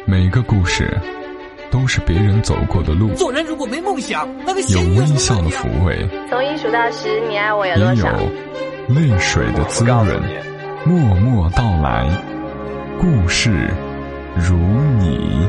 每个故事都是别人走过的路， 做人如果没梦想，那个有微笑的抚慰， 从1数到10，你爱我有多少？ 也有泪水的滋润。默默到来，故事如你。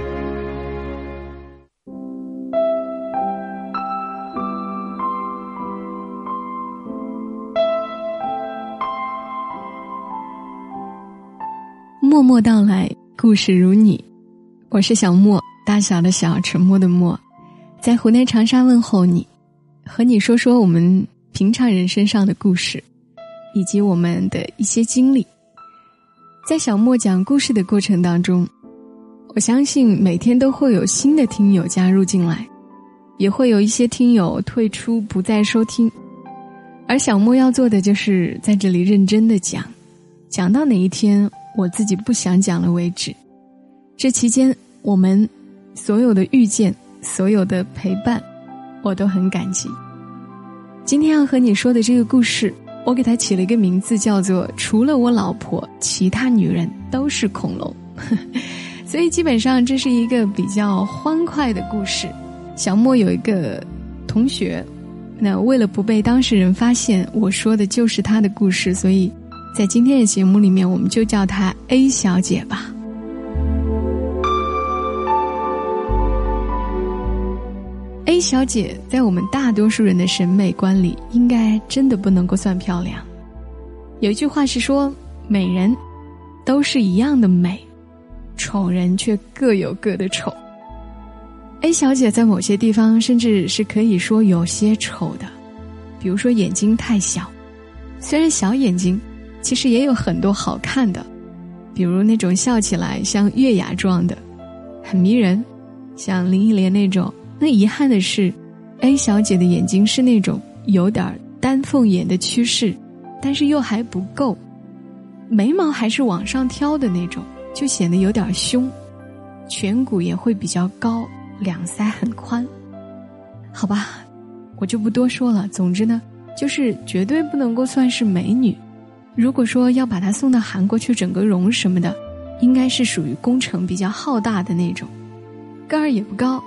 默默到来，故事如你。我是小莫，大小的小，沉默的默，在湖南长沙问候你，和你说说我们平常人身上的故事，以及我们的一些经历。在小莫讲故事的过程当中，我相信每天都会有新的听友加入进来，也会有一些听友退出不再收听，而小莫要做的就是在这里认真的讲，讲到哪一天我自己不想讲了为止。这期间我们所有的遇见，所有的陪伴，我都很感激。今天要和你说的这个故事，我给它起了一个名字，叫做除了我老婆，其他女人都是恐龙。所以基本上这是一个比较欢快的故事。小莫有一个同学，那为了不被当事人发现我说的就是他的故事，所以在今天的节目里面我们就叫她 A 小姐吧。A 小姐在我们大多数人的审美观里应该真的不能够算漂亮。有一句话是说，美人都是一样的美，丑人却各有各的丑。 A 小姐在某些地方甚至是可以说有些丑的，比如说眼睛太小，虽然小眼睛其实也有很多好看的，比如那种笑起来像月牙状的很迷人，像林忆莲那种。那遗憾的是 A 小姐的眼睛是那种有点丹凤眼的趋势，但是又还不够，眉毛还是往上挑的那种，就显得有点凶，颧骨也会比较高，两腮很宽。好吧，我就不多说了，总之呢就是绝对不能够算是美女。如果说要把她送到韩国去整个容什么的，应该是属于工程比较浩大的那种。个儿也不高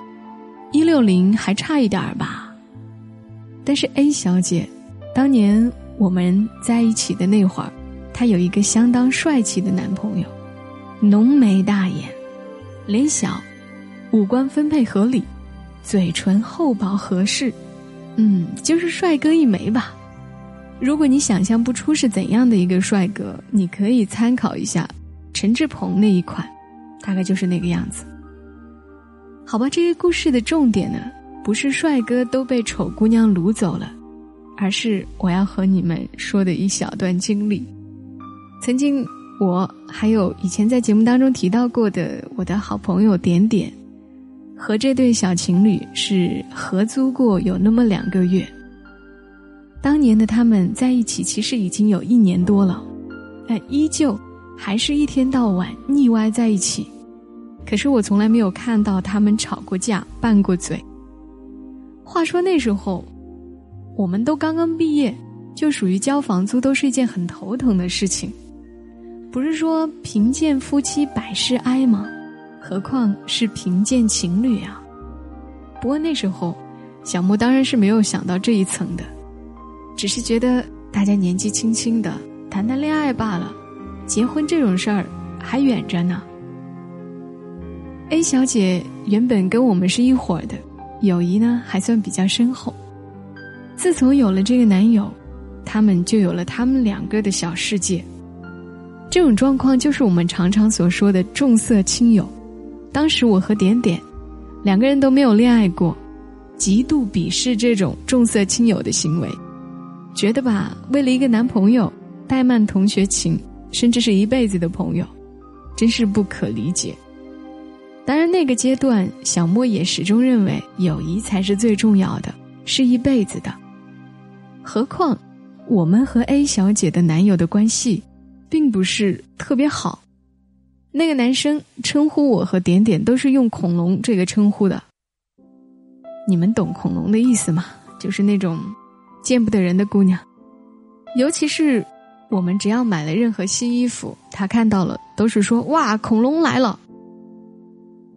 ，160还差一点吧。但是 A 小姐当年我们在一起的那会儿，她有一个相当帅气的男朋友，浓眉大眼，脸小，五官分配合理，嘴唇厚薄合适，就是帅哥一枚吧。如果你想象不出是怎样的一个帅哥，你可以参考一下陈志朋那一款，大概就是那个样子。好吧，这个故事的重点呢，不是帅哥都被丑姑娘掳走了，而是我要和你们说的一小段经历。曾经我还有以前在节目当中提到过的我的好朋友点点，和这对小情侣是合租过有那么2个月。当年的他们在一起其实已经有1年多了，但依旧还是一天到晚腻歪在一起。可是我从来没有看到他们吵过架，拌过嘴。话说那时候我们都刚刚毕业，就属于交房租都是一件很头疼的事情。不是说贫贱夫妻百事哀吗？何况是贫贱情侣啊。不过那时候小莫当然是没有想到这一层的，只是觉得大家年纪轻轻的谈谈恋爱罢了，结婚这种事儿还远着呢。A 小姐原本跟我们是一伙的，友谊呢还算比较深厚。自从有了这个男友，他们就有了他们2个的小世界。这种状况就是我们常常所说的重色轻友。当时我和点点2个人都没有恋爱过，极度鄙视这种重色轻友的行为，觉得吧，为了一个男朋友怠慢同学情，甚至是一辈子的朋友，真是不可理解。当然那个阶段小莫也始终认为友谊才是最重要的，是一辈子的。何况我们和 A 小姐的男友的关系并不是特别好，那个男生称呼我和点点都是用恐龙这个称呼的。你们懂恐龙的意思吗？就是那种见不得人的姑娘。尤其是我们只要买了任何新衣服，他看到了都是说哇，恐龙来了。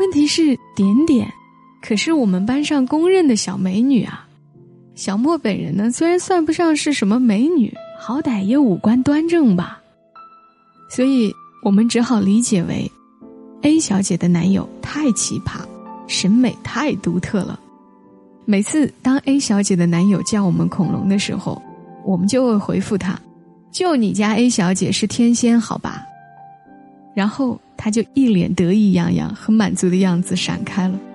问题是点点可是我们班上公认的小美女啊。小莫本人呢，虽然算不上是什么美女，好歹也五官端正吧。所以我们只好理解为 A 小姐的男友太奇葩，审美太独特了。每次当 A 小姐的男友叫我们恐龙的时候，我们就会回复他，就你家 A 小姐是天仙好吧。然后他就一脸得意洋洋很满足的样子闪开了。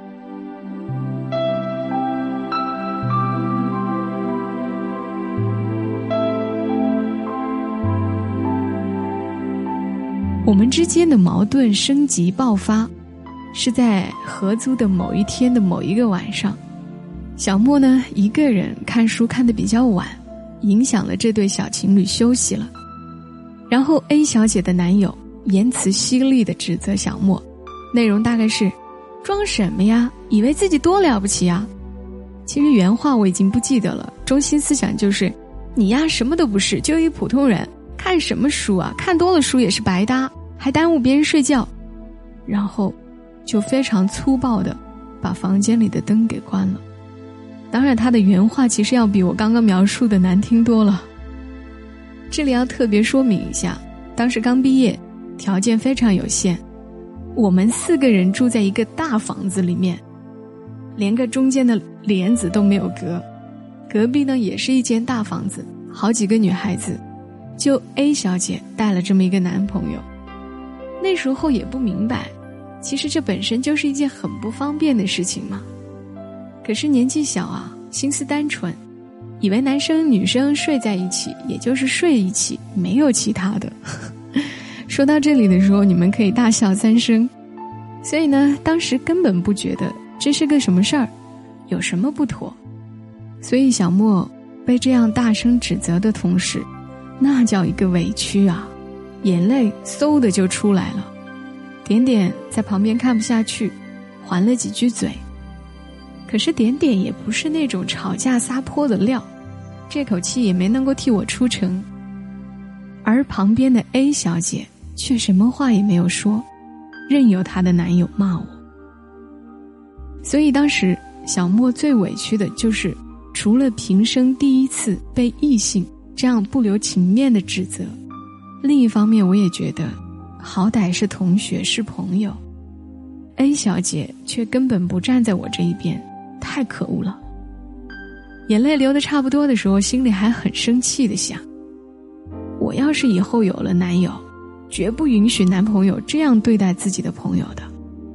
我们之间的矛盾升级爆发，是在合租的某一天的某一个晚上。小莫呢，一个人看书看得比较晚，影响了这对小情侣休息了。然后 A 小姐的男友言辞犀利地指责小莫，内容大概是：装什么呀？以为自己多了不起啊？其实原话我已经不记得了，中心思想就是：你呀什么都不是，就一普通人，看什么书啊？看多了书也是白搭，还耽误别人睡觉。然后就非常粗暴地把房间里的灯给关了。当然他的原话其实要比我刚刚描述的难听多了。这里要特别说明一下，当时刚毕业，条件非常有限，我们4个人住在一个大房子里面，连个中间的帘子都没有隔。隔壁呢也是一间大房子，好几个女孩子，就 A 小姐带了这么一个男朋友。那时候也不明白，其实这本身就是一件很不方便的事情嘛。可是年纪小啊，心思单纯，以为男生女生睡在一起也就是睡一起，没有其他的。说到这里的时候，你们可以大笑3声。所以呢，当时根本不觉得这是个什么事儿，有什么不妥。所以小莫被这样大声指责的同时，那叫一个委屈啊，眼泪嗖的就出来了。点点在旁边看不下去，还了几句嘴。可是点点也不是那种吵架撒泼的料，这口气也没能够替我出城。而旁边的 A 小姐却什么话也没有说，任由她的男友骂我。所以当时小莫最委屈的就是，除了平生第一次被异性这样不留情面的指责，另一方面我也觉得好歹是同学是朋友， A 小姐却根本不站在我这一边，太可恶了。眼泪流得差不多的时候，心里还很生气地想，我要是以后有了男友，绝不允许男朋友这样对待自己的朋友的。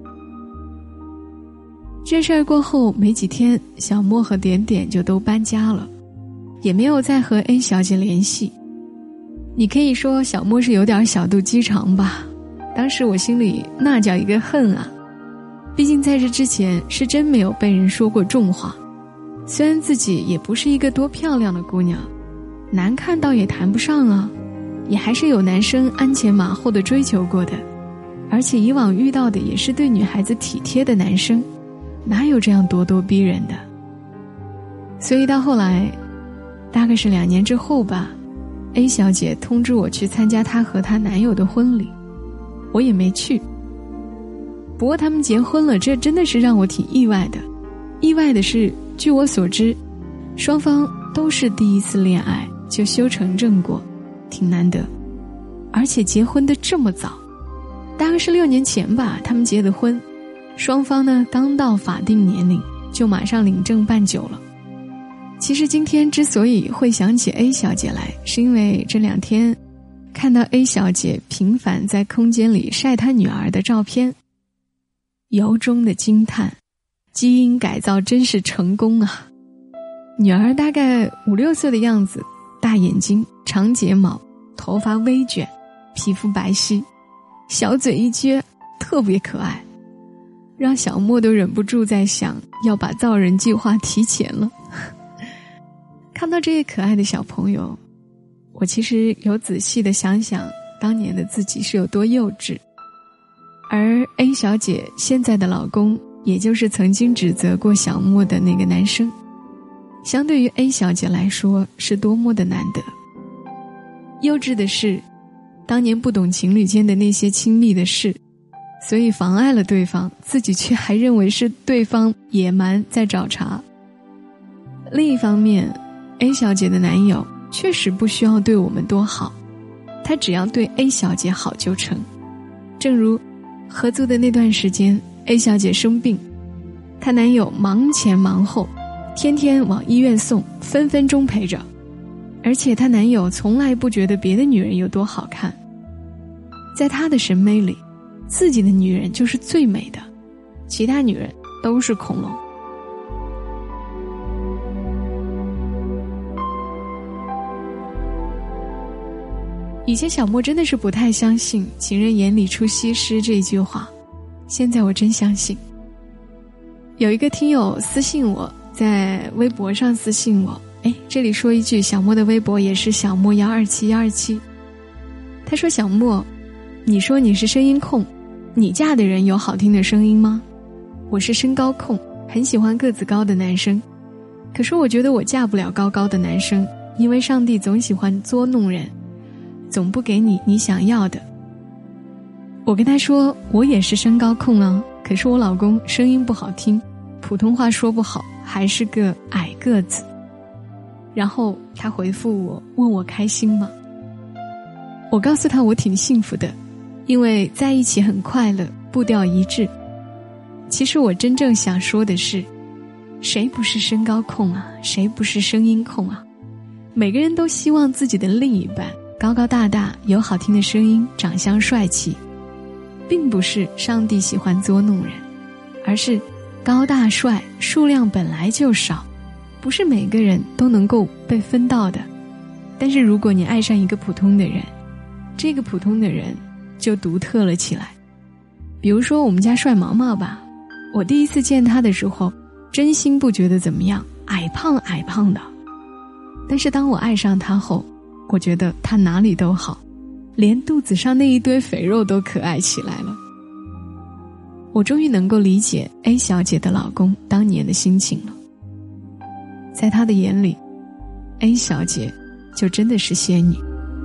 这事儿过后没几天，小莫和点点就都搬家了，也没有再和 A 小姐联系。你可以说小莫是有点小肚鸡肠吧，当时我心里那叫一个恨啊。毕竟在这之前是真没有被人说过重话，虽然自己也不是一个多漂亮的姑娘，难看倒也谈不上啊，也还是有男生鞍前马后的追求过的，而且以往遇到的也是对女孩子体贴的男生，哪有这样咄咄逼人的。所以到后来大概是2年之后吧， A 小姐通知我去参加她和她男友的婚礼，我也没去。不过他们结婚了，这真的是让我挺意外的。意外的是，据我所知，双方都是第一次恋爱就修成正果，挺难得。而且结婚的这么早，大概是6年前吧，他们结的婚，双方呢刚到法定年龄就马上领证办酒了。其实今天之所以会想起 A 小姐来，是因为这2天看到 A 小姐频繁在空间里晒她女儿的照片，由衷的惊叹，基因改造真是成功啊！女儿大概5、6岁的样子，大眼睛，长睫毛，头发微卷，皮肤白皙，小嘴一撅，特别可爱，让小莫都忍不住在想要把造人计划提前了。看到这些可爱的小朋友，我其实有仔细的想想当年的自己是有多幼稚。而 A 小姐现在的老公，也就是曾经指责过小莫的那个男生，相对于 A 小姐来说是多么的难得。幼稚的是，当年不懂情侣间的那些亲密的事， 所以妨碍了对方，自己却还认为是对方野蛮在找茬。另一方面， A 小姐的男友确实不需要对我们多好，他只要对 A 小姐好就成。正如合租的那段时间， A 小姐生病，她男友忙前忙后，天天往医院送，分分钟陪着。而且她男友从来不觉得别的女人有多好看，在他的审美里，自己的女人就是最美的，其他女人都是恐龙。以前小莫真的是不太相信情人眼里出西施这一句话，现在我真相信。有一个听友私信我，在微博上私信我，这里说一句，小莫的微博也是小莫127127。他说，小莫，你说你是声音控，你嫁的人有好听的声音吗？我是身高控，很喜欢个子高的男生，可是我觉得我嫁不了高高的男生，因为上帝总喜欢捉弄人，总不给你想要的。我跟他说，我也是身高控啊，可是我老公声音不好听，普通话说不好，还是个矮个子。然后他回复我，问我开心吗？我告诉他我挺幸福的，因为在一起很快乐，步调一致。其实我真正想说的是，谁不是身高控啊？谁不是声音控啊？每个人都希望自己的另一半高高大大，有好听的声音，长相帅气，并不是上帝喜欢捉弄人，而是高大帅数量本来就少，不是每个人都能够被分到的。但是如果你爱上一个普通的人，这个普通的人就独特了起来。比如说我们家帅毛毛吧，我第一次见他的时候，真心不觉得怎么样，矮胖矮胖的。但是当我爱上他后，我觉得他哪里都好，连肚子上那一堆肥肉都可爱起来了。我终于能够理解 A 小姐的老公当年的心情了。在他的眼里， A 小姐就真的是仙女。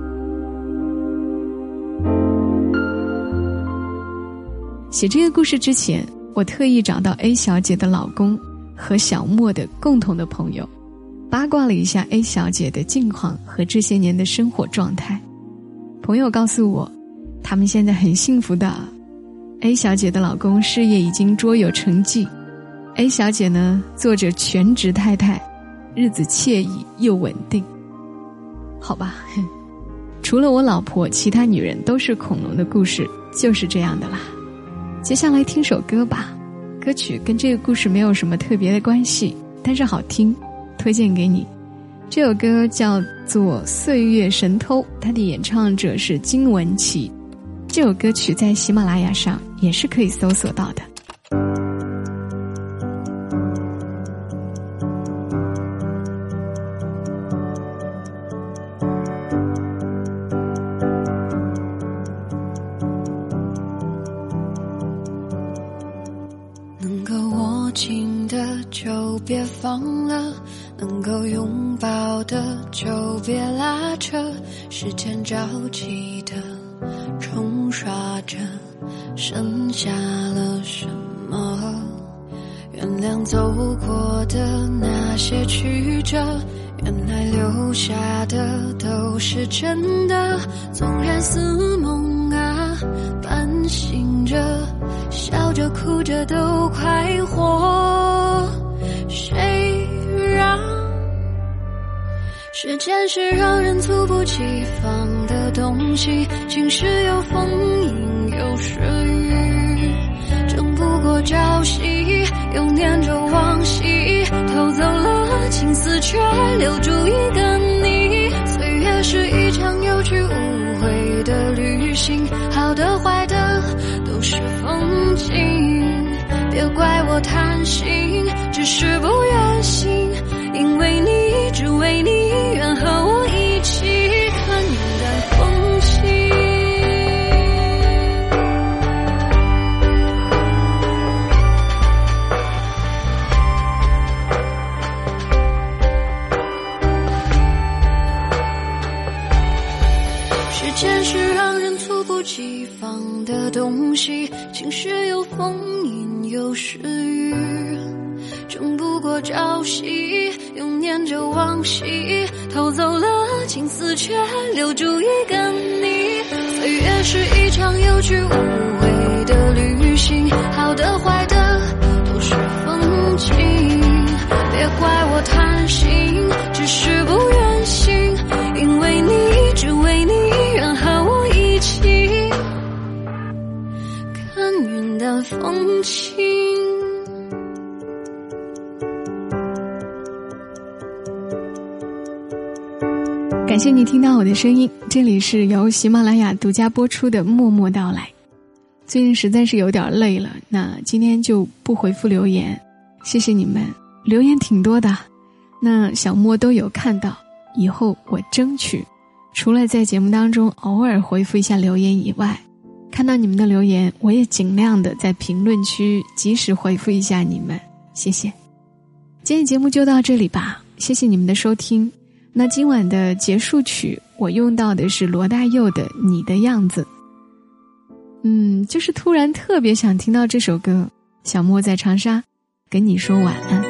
写这个故事之前，我特意找到 A 小姐的老公和小莫的共同的朋友，八卦了一下 A 小姐的近况和这些年的生活状态。朋友告诉我，他们现在很幸福的。A 小姐的老公事业已经卓有成绩， A 小姐呢做着全职太太，日子惬意又稳定。好吧，除了我老婆，其他女人都是恐龙的故事就是这样的啦。接下来听首歌吧，歌曲跟这个故事没有什么特别的关系，但是好听，推荐给你。这首歌叫做《岁月神偷》，它的演唱者是金文岐。这首歌曲在喜马拉雅上也是可以搜索到的。 能够握紧的就别放了，能够拥抱的就别拉扯，时间着急的冲刷着，剩下了什么？原谅走过的那些曲折，原来留下的都是真的，纵然似梦啊，半醒着，笑着哭着都快活。谁让时间是让人猝不及防的东西，晴时有风，阴有时雨，争不过朝夕，又念着往昔，偷走了青丝却留住一个你。岁月是一场有去无回的旅行，好的坏的都是风景，别怪我贪心，只是不愿醒，因为你，只为你，愿和我一起看云淡风轻。时间是让人猝不及防的东西，晴时有风阴有时雨，争不过朝夕，又念着往昔，偷走了青丝却留住一个你。岁月是一场有去无回的旅行，好的坏的都是风景，别怪我贪心，只是不愿醒，因为你只为你愿和我一起看云淡风轻。 感谢你听到我的声音，这里是由喜马拉雅独家播出的默默到来。最近实在是有点累了，那今天就不回复留言，谢谢你们，留言挺多的，那小莫都有看到，以后我争取除了在节目当中偶尔回复一下留言以外，看到你们的留言我也尽量的在评论区及时回复一下你们，谢谢。今天节目就到这里吧，谢谢你们的收听。那今晚的结束曲我用到的是罗大佑的《你的样子》，就是突然特别想听到这首歌。小莫在长沙跟你说晚安。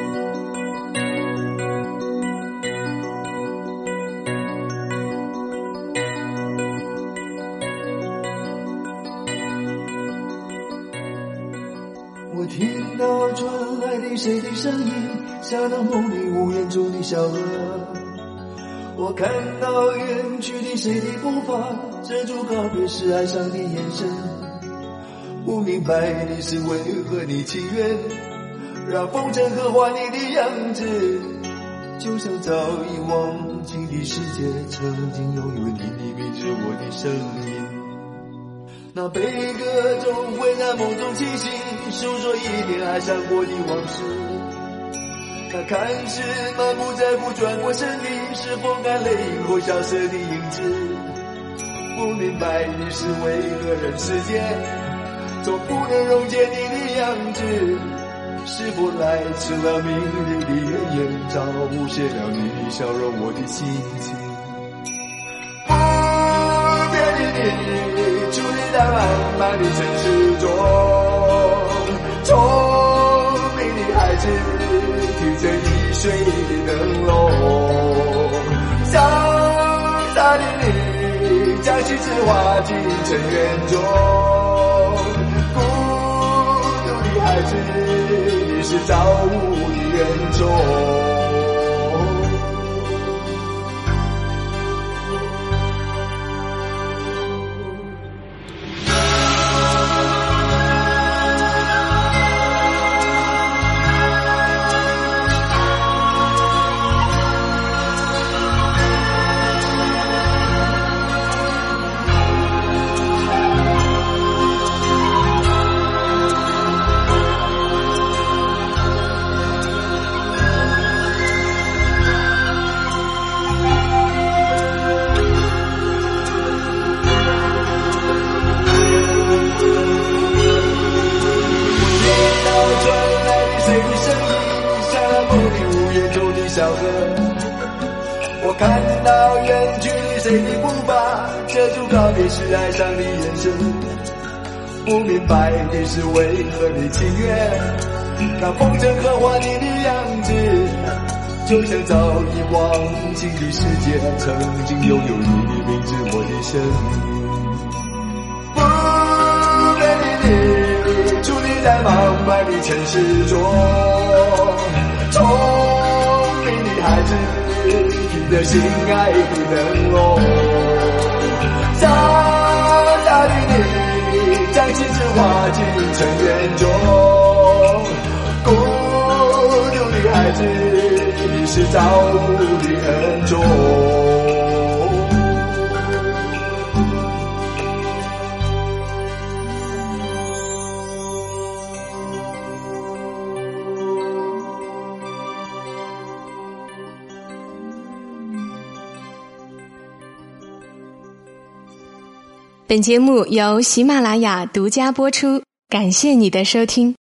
我听到传来的谁的声音，像那梦里无言中的小河，我看到远去的谁的步伐，遮住告别时哀伤的眼神。不明白的是为何你情愿让风尘刻画你的样子，就像早已忘记的世界曾经拥有你的名字，我的声音。那悲歌总会在梦中清醒，诉说一点爱上过的往事。那看似满不在乎转过身的，是风干泪后消失的影子。不明白的是为何人世间总不能溶解你的样子，是否来迟了明日的艳阳，照射了你的笑容我的心情。不变的你伫立在漫漫的城市中，聪明的孩子提着易碎的灯笼，潇洒的你将心事化进尘缘中，孤独的孩子你是造物的恩宠。我看到远去的谁的步伐，遮住告别时哀伤的眼神。不明白的是为何你情愿让风尘刻画你的样子，就像早已忘记的世界曾经拥有你的名字，我的声音。不变的你伫立在茫茫的城市中，聪明的孩子提着心爱的灯笼，傻傻的你将心事化进尘缘中，孤独的孩子你是造物的恩宠。 本节目由喜马拉雅独家播出，感谢你的收听。